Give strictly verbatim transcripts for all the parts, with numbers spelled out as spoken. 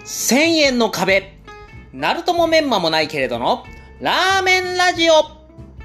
せんえんの壁。ナルトもメンマもないけれどのラーメンラジオ。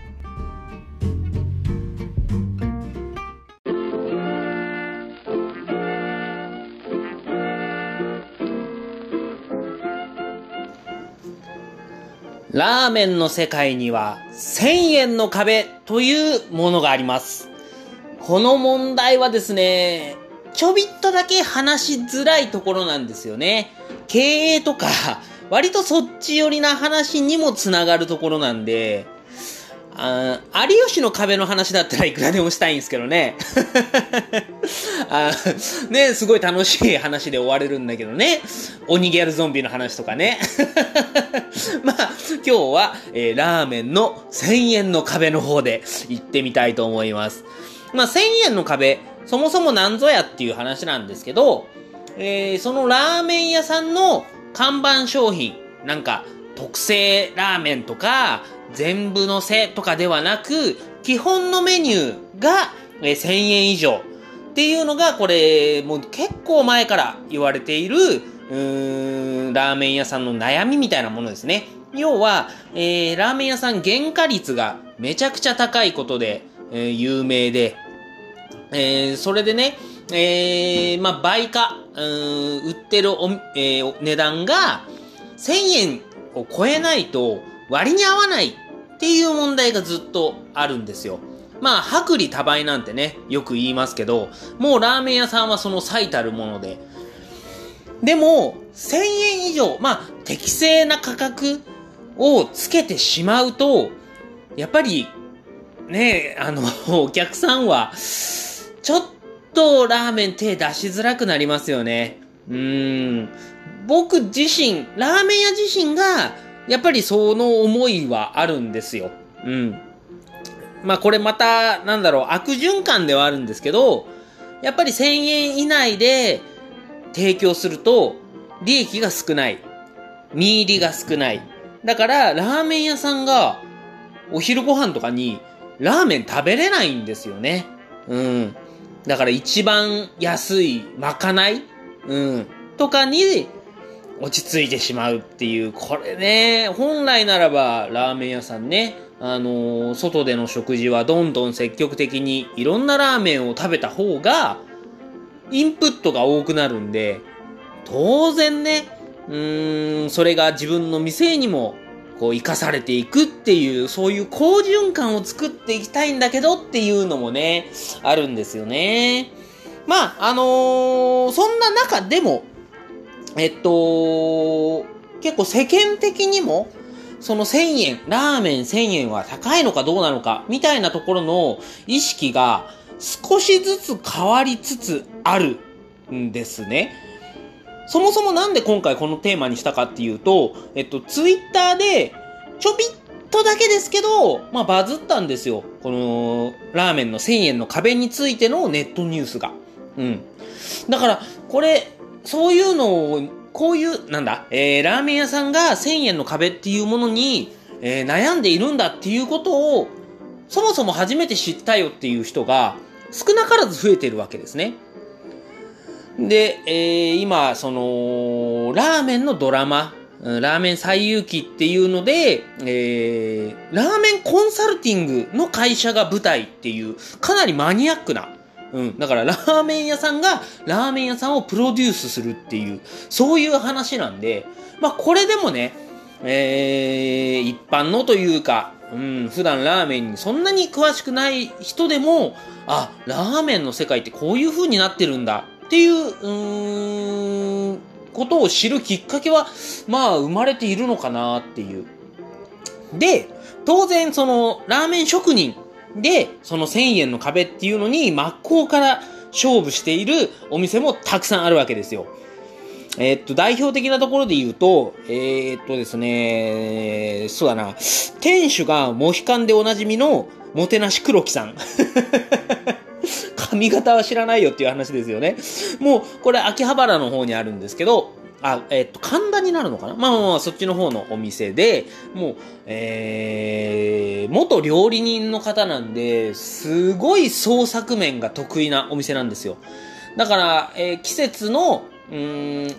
ラーメンの世界にはせんえんの壁というものがあります。この問題はですね、ちょびっとだけ話しづらいところなんですよね。経営とか割とそっち寄りな話にもつながるところなんで、あ有吉の壁の話だったらいくらでもしたいんですけどね。あね、すごい楽しい話で終われるんだけどね。鬼ギャルゾンビの話とかね。まあ、今日は、えー、ラーメンのせんえんの壁の方で行ってみたいと思います。まあ、せんえんの壁、そもそもなんぞやっていう話なんですけど、えー、そのラーメン屋さんの看板商品、なんか、特製ラーメンとか、全部のせとかではなく、基本のメニューがせんえん以上っていうのが、これ、もう結構前から言われている、うーん、ラーメン屋さんの悩みみたいなものですね。要は、えー、ラーメン屋さん原価率がめちゃくちゃ高いことで、えー、有名で、えー、それでね、えー、まあ、倍価、うーん、売ってるお、えー、値段がせんえんを超えないと割に合わないっていう問題がずっとあるんですよ。まあ、薄利多売なんてね、よく言いますけど、もうラーメン屋さんはその最たるもので。でも、せんえん以上、まあ、適正な価格をつけてしまうと、やっぱり、ね、あの、お客さんは、ちょっとラーメン手出しづらくなりますよね。うーん。僕自身、ラーメン屋自身が、やっぱりその思いはあるんですよ。うん。まあこれまた、なんだろう、悪循環ではあるんですけど、やっぱりせんえん以内で提供すると、利益が少ない。見入りが少ない。だから、ラーメン屋さんが、お昼ご飯とかに、ラーメン食べれないんですよね。うん。だから一番安いまかない、うん、とかに落ち着いてしまうっていう、これね、本来ならばラーメン屋さんね、あのー、外での食事はどんどん積極的にいろんなラーメンを食べた方がインプットが多くなるんで、当然ね、うーん、それが自分の店にもこう生かされていくっていう、そういう好循環を作っていきたいんだけどっていうのもね、あるんですよね。まあ、あのー、そんな中でも、えっと、結構世間的にも、そのせんえん、ラーメンせんえんは高いのかどうなのか、みたいなところの意識が少しずつ変わりつつあるんですね。そもそもなんで今回このテーマにしたかっていうと、えっと、ツイッターで、ちょびっとだけですけど、まあ、バズったんですよ。この、ラーメンのせんえんの壁についてのネットニュースが。うん。だから、これ、そういうのを、こういう、なんだ、えー、ラーメン屋さんがせんえんの壁っていうものに、えー、悩んでいるんだっていうことを、そもそも初めて知ったよっていう人が、少なからず増えてるわけですね。で、えー、今、その、ラーメンのドラマ、ラーメン最遊記っていうので、えー、ラーメンコンサルティングの会社が舞台っていう、かなりマニアックな、うん、だからラーメン屋さんがラーメン屋さんをプロデュースするっていう、そういう話なんで、まあこれでもね、えー、一般のというか、うん、普段ラーメンにそんなに詳しくない人でも、あ、ラーメンの世界ってこういう風になってるんだ。っていう、うーん、ことを知るきっかけは、まあ、生まれているのかなっていう。で、当然、その、ラーメン職人で、そのせんえんの壁っていうのに、真っ向から勝負しているお店もたくさんあるわけですよ。えー、っと、代表的なところで言うと、えー、っとですね、そうだな、店主がモヒカンでおなじみの、もてなし黒木さん。髪型は知らないよっていう話ですよね。もう、これ秋葉原の方にあるんですけど、あ、えっと、神田になるのかな、まあまあまあ、そっちの方のお店で、もう、えー、元料理人の方なんで、すごい創作面が得意なお店なんですよ。だから、えー、季節の、うーん、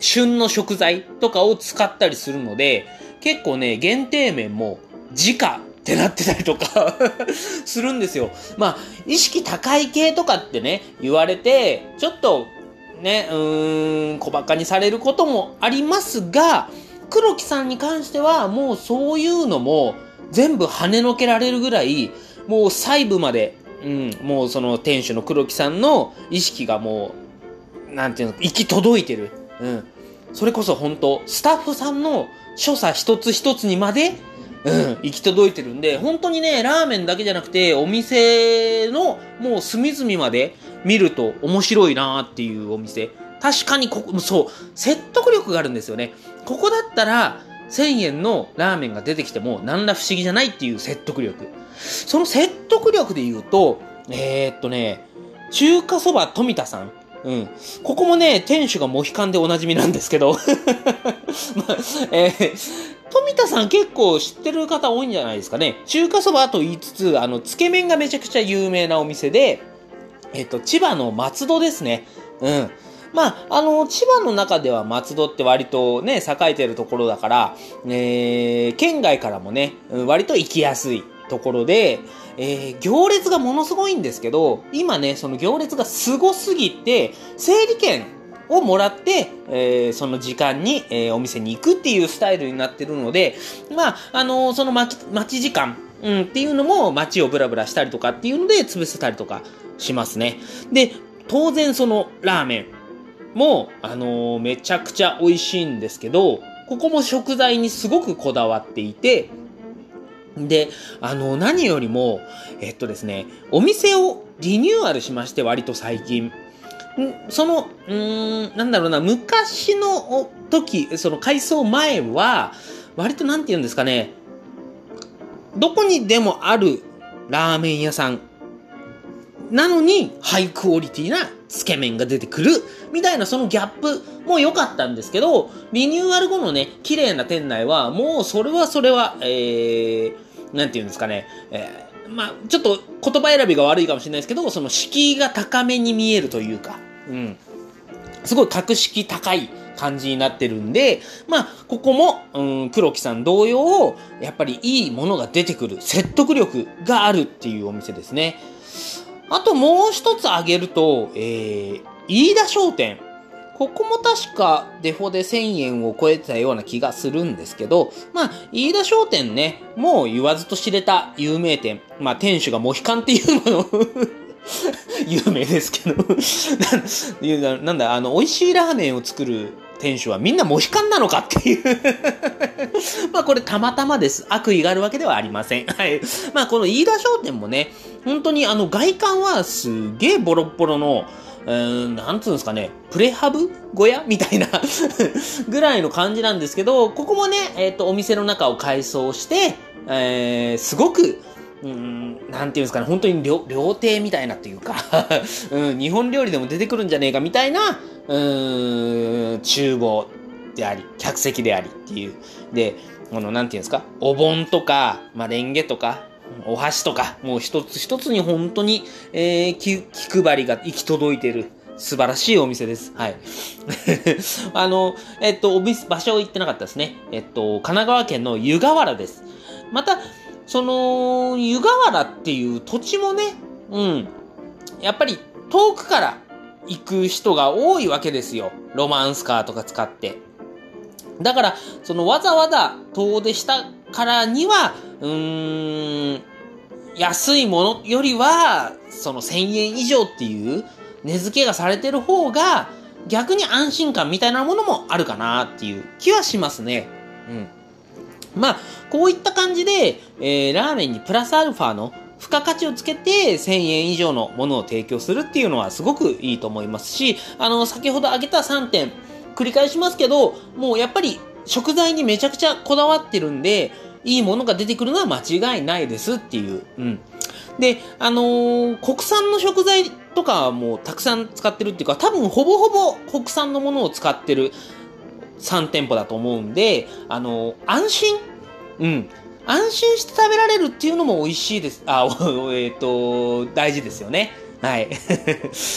旬の食材とかを使ったりするので、結構ね、限定麺も自家ってなってたりとかするんですよ。まあ、意識高い系とかってね、言われて、ちょっとね、うーん、小馬鹿にされることもありますが、黒木さんに関してはもうそういうのも全部跳ねのけられるぐらい、もう細部まで、うん、もうその店主の黒木さんの意識がもう、なんていうの、行き届いてる。うん。それこそ本当スタッフさんの所作一つ一つにまで、うん、行き届いてるんで、本当にね、ラーメンだけじゃなくて、お店のもう隅々まで見ると面白いなーっていうお店。確かにここ、そう、説得力があるんですよね。ここだったら、せんえんのラーメンが出てきても、何ら不思議じゃないっていう説得力。その説得力で言うと、えー、っとね、中華そば富田さん。うん。ここもね、店主がモヒカンでおなじみなんですけど。まあ、えー、富田さん結構知ってる方多いんじゃないですかね。中華そばと言いつつ、あの、つけ麺がめちゃくちゃ有名なお店で、えっと、千葉の松戸ですね。うん。まあ、あの、千葉の中では松戸って割とね、栄えてるところだから、えー、県外からもね、割と行きやすいところで、えー、行列がものすごいんですけど、今ね、その行列がすごすぎて、整理券をもらって、えー、その時間に、えー、お店に行くっていうスタイルになってるので、まあ、あのー、その待ち、待ち時間、うん、っていうのも街をブラブラしたりとかっていうので潰せたりとかしますね。で、当然そのラーメンも、あのー、めちゃくちゃ美味しいんですけど、ここも食材にすごくこだわっていて、で、あの、何よりも、えっとですね、お店をリニューアルしまして、割と最近。その、うーん、なんだろうな、昔の時、その改装前は、割となんて言うんですかね、どこにでもあるラーメン屋さんなのに、ハイクオリティなつけ麺が出てくる、みたいなそのギャップも良かったんですけど、リニューアル後のね、綺麗な店内は、もうそれはそれは、えー、なんて言うんですかね、えー、まあちょっと言葉選びが悪いかもしれないですけど、その敷居が高めに見えるというか、うん。すごい格式高い感じになってるんで、まあ、ここも、うん、黒木さん同様、やっぱりいいものが出てくる、説得力があるっていうお店ですね。あともう一つ挙げると、えー、飯田商店。ここも確かデフォでせんえんを超えてたような気がするんですけど、まあ、飯田商店ね、もう言わずと知れた有名店。まあ、店主がモヒカンっていうの有名ですけどな、なんだ、あの、美味しいラーメンを作る店主はみんなモヒカンなのかっていうまあこれたまたまです。悪意があるわけではありません。はい。まあこの飯田商店もね、本当にあの外観はすげえボロッボロの、うーん、なんつうんですかね、プレハブ小屋みたいなぐらいの感じなんですけど、ここもね、えっと、お店の中を改装して、えー、すごく、うーん、なんていうんですかね、本当に料、料亭みたいなっていうか、うん、日本料理でも出てくるんじゃねえかみたいな、うーん、厨房であり、客席でありっていう。で、あの、なんていうんですか、お盆とか、まあ、レンゲとか、お箸とか、もう一つ一つに本当に、えー、気、気配りが行き届いている。素晴らしいお店です。はい。あの、えっと、お店、場所行ってなかったですね。えっと、神奈川県の湯河原です。また、その、湯河原っていう土地もね、うん、やっぱり遠くから行く人が多いわけですよ。ロマンスカーとか使って。だから、そのわざわざ遠出したからには、うーん、安いものよりは、そのせんえん以上っていう値付けがされてる方が、逆に安心感みたいなものもあるかなっていう気はしますね。うん。まあ、こういった感じで、えー、ラーメンにプラスアルファの付加価値をつけてせんえん以上のものを提供するっていうのはすごくいいと思いますし、あの、先ほど挙げたさんてん、繰り返しますけど、もうやっぱり食材にめちゃくちゃこだわってるんで、いいものが出てくるのは間違いないですっていう。うん。で、あのー、国産の食材とかもたくさん使ってるっていうか、多分ほぼほぼ国産のものを使ってるさんてんぽだと思うんで、あのー、安心うん。安心して食べられるっていうのも美味しいです。あ、えっと、大事ですよね。はい。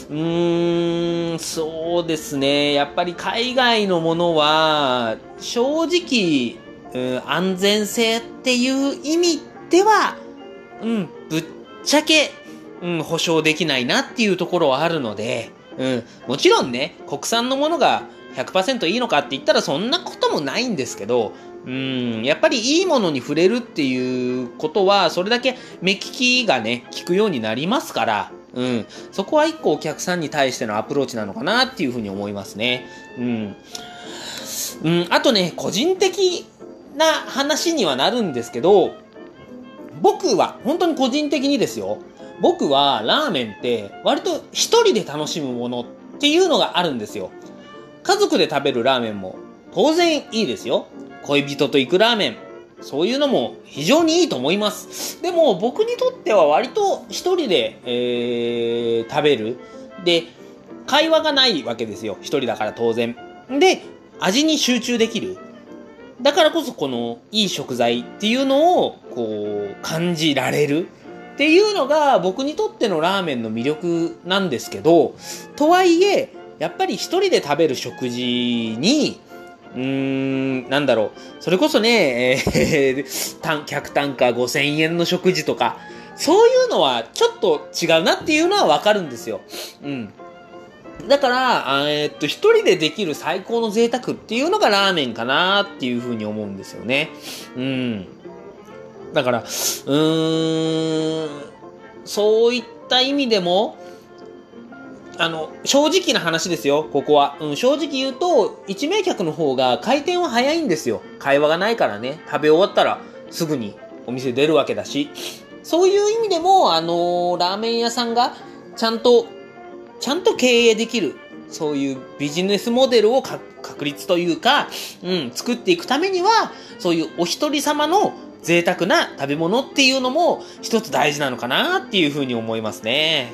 うーん、そうですね。やっぱり海外のものは、正直、うん、安全性っていう意味では、うん、ぶっちゃけ、うん、保証できないなっていうところはあるので、うん、もちろんね、国産のものがひゃくパーセントいいのかって言ったらそんなこともないんですけど、うん、やっぱりいいものに触れるっていうことは、それだけ目利きがね、効くようになりますから、うん、そこは一個お客さんに対してのアプローチなのかなっていうふうに思いますね。うん。うん、あとね、個人的な話にはなるんですけど、僕は、本当に個人的にですよ。僕はラーメンって割と一人で楽しむものっていうのがあるんですよ。家族で食べるラーメンも当然いいですよ。恋人と行くラーメン。そういうのも非常にいいと思います。でも僕にとっては割と一人で、えー、食べる。で、会話がないわけですよ。一人だから当然。で、味に集中できる。だからこそこのいい食材っていうのをこう感じられるっていうのが僕にとってのラーメンの魅力なんですけど、とはいえやっぱり一人で食べる食事にうーんなんだろうそれこそね、えー、客単価ごせんえんの食事とかそういうのはちょっと違うなっていうのはわかるんですよ。うんだから、えー、っと、一人でできる最高の贅沢っていうのがラーメンかなっていうふうに思うんですよね。うん。だから、うーん、そういった意味でも、あの、正直な話ですよ、ここは。うん、正直言うと、一名客の方が回転は早いんですよ。会話がないからね。食べ終わったらすぐにお店出るわけだし。そういう意味でも、あのー、ラーメン屋さんがちゃんとちゃんと経営できる、そういうビジネスモデルを確立というか、うん、作っていくためには、そういうお一人様の贅沢な食べ物っていうのも一つ大事なのかなっていうふうに思いますね。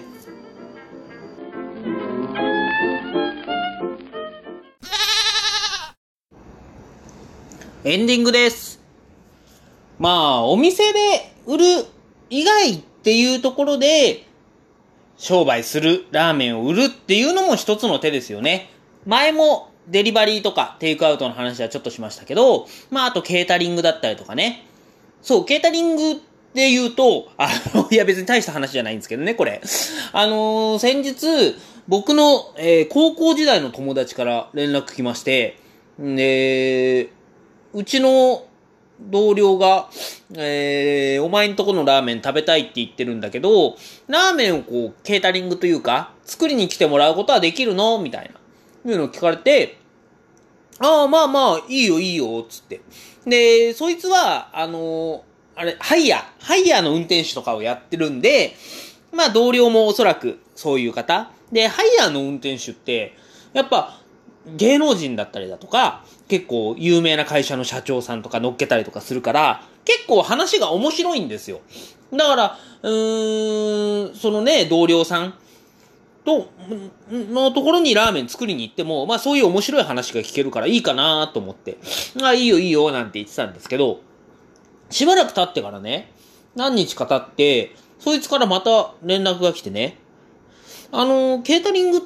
エンディングです。まあ、お店で売る以外っていうところで、商売する、ラーメンを売るっていうのも一つの手ですよね。前もデリバリーとかテイクアウトの話はちょっとしましたけど、まああとケータリングだったりとかね。そう、ケータリングで言うと、あの、いや別に大した話じゃないんですけどね、これ。あのー、先日、僕の、えー、高校時代の友達から連絡来まして、で、うちの同僚が、えー、お前んとこのラーメン食べたいって言ってるんだけど、ラーメンをこう、ケータリングというか、作りに来てもらうことはできるのみたいな。いうのを聞かれて、ああ、まあまあ、いいよいいよ、つって。で、そいつは、あのー、あれ、ハイヤー、ハイヤーの運転手とかをやってるんで、まあ同僚もおそらくそういう方。で、ハイヤーの運転手って、やっぱ、芸能人だったりだとか、結構有名な会社の社長さんとか乗っけたりとかするから、結構話が面白いんですよ。だから、うーん、そのね、同僚さんと、のところにラーメン作りに行っても、まあそういう面白い話が聞けるからいいかなと思って、あ、いいよいいよなんて言ってたんですけど、しばらく経ってからね、何日か経って、そいつからまた連絡が来てね、あの、ケータリングって、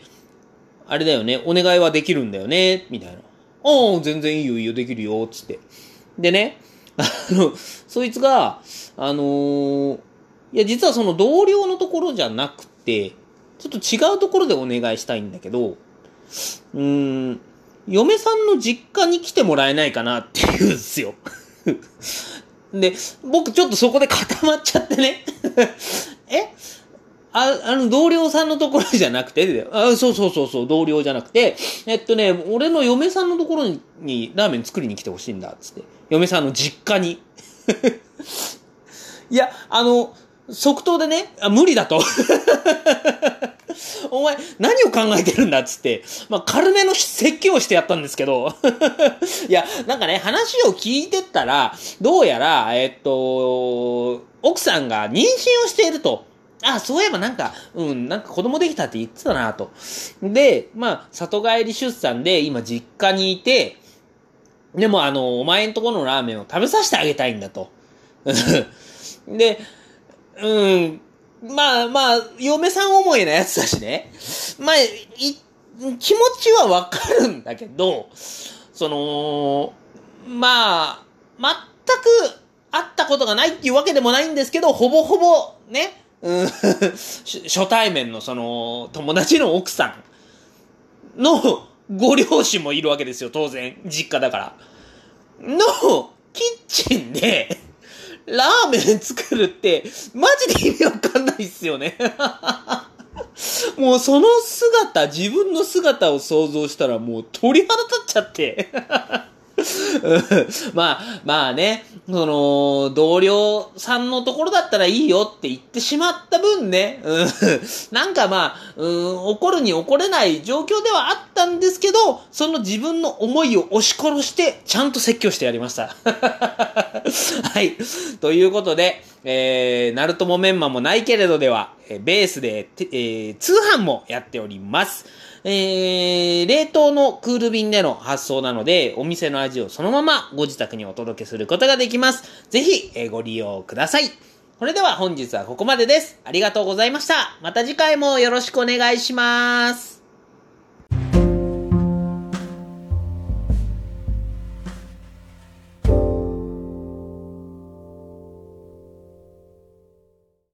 あれだよね、お願いはできるんだよね、みたいな。ああ、全然いいよいいよ、できるよ、つって。でね、あの、そいつが、あのー、いや、実はその同僚のところじゃなくて、ちょっと違うところでお願いしたいんだけど、うーん、嫁さんの実家に来てもらえないかなって言うんですよ。で、僕ちょっとそこで固まっちゃってね。えあ、あの、同僚さんのところじゃなくて、あ、そうそうそうそう、同僚じゃなくて、えっとね、俺の嫁さんのところににラーメン作りに来てほしいんだ、つって。嫁さんの実家に。いや、あの、即答でね、あ無理だと。お前、何を考えてるんだっつって、まあ、軽めの説教をしてやったんですけど。いや、なんかね、話を聞いてったら、どうやら、えっと、奥さんが妊娠をしていると。あ、そういえばなんか、うん、なんか子供できたって言ってたなと。で、まあ、里帰り出産で今実家にいて、でもあの、お前んとこのラーメンを食べさせてあげたいんだと。で、うん、 まあまあ、嫁さん思いなやつだしね。まあ、い、気持ちはわかるんだけど、その、まあ、全く会ったことがないっていうわけでもないんですけど、ほぼほぼね、うん、初対面のその、友達の奥さんのご両親もいるわけですよ、当然。実家だから。の、キッチンで、ラーメン作るって、マジで意味わかんないっすよね。もうその姿、自分の姿を想像したらもう鳥肌立っちゃって。まあ、まあね、その、同僚さんのところだったらいいよって言ってしまった分ね、うん、なんかまあ、うん、怒るに怒れない状況ではあったんですけど、その自分の思いを押し殺して、ちゃんと説教してやりました。はい。ということで、えー、ナルトもメンマもないけれどでは、ベースで、えー、通販もやっております。えー、冷凍のクール便での発送なので、お店の味をそのままご自宅にお届けすることができます。ぜひ、えー、ご利用ください。それでは本日はここまでです。ありがとうございました。また次回もよろしくお願いします。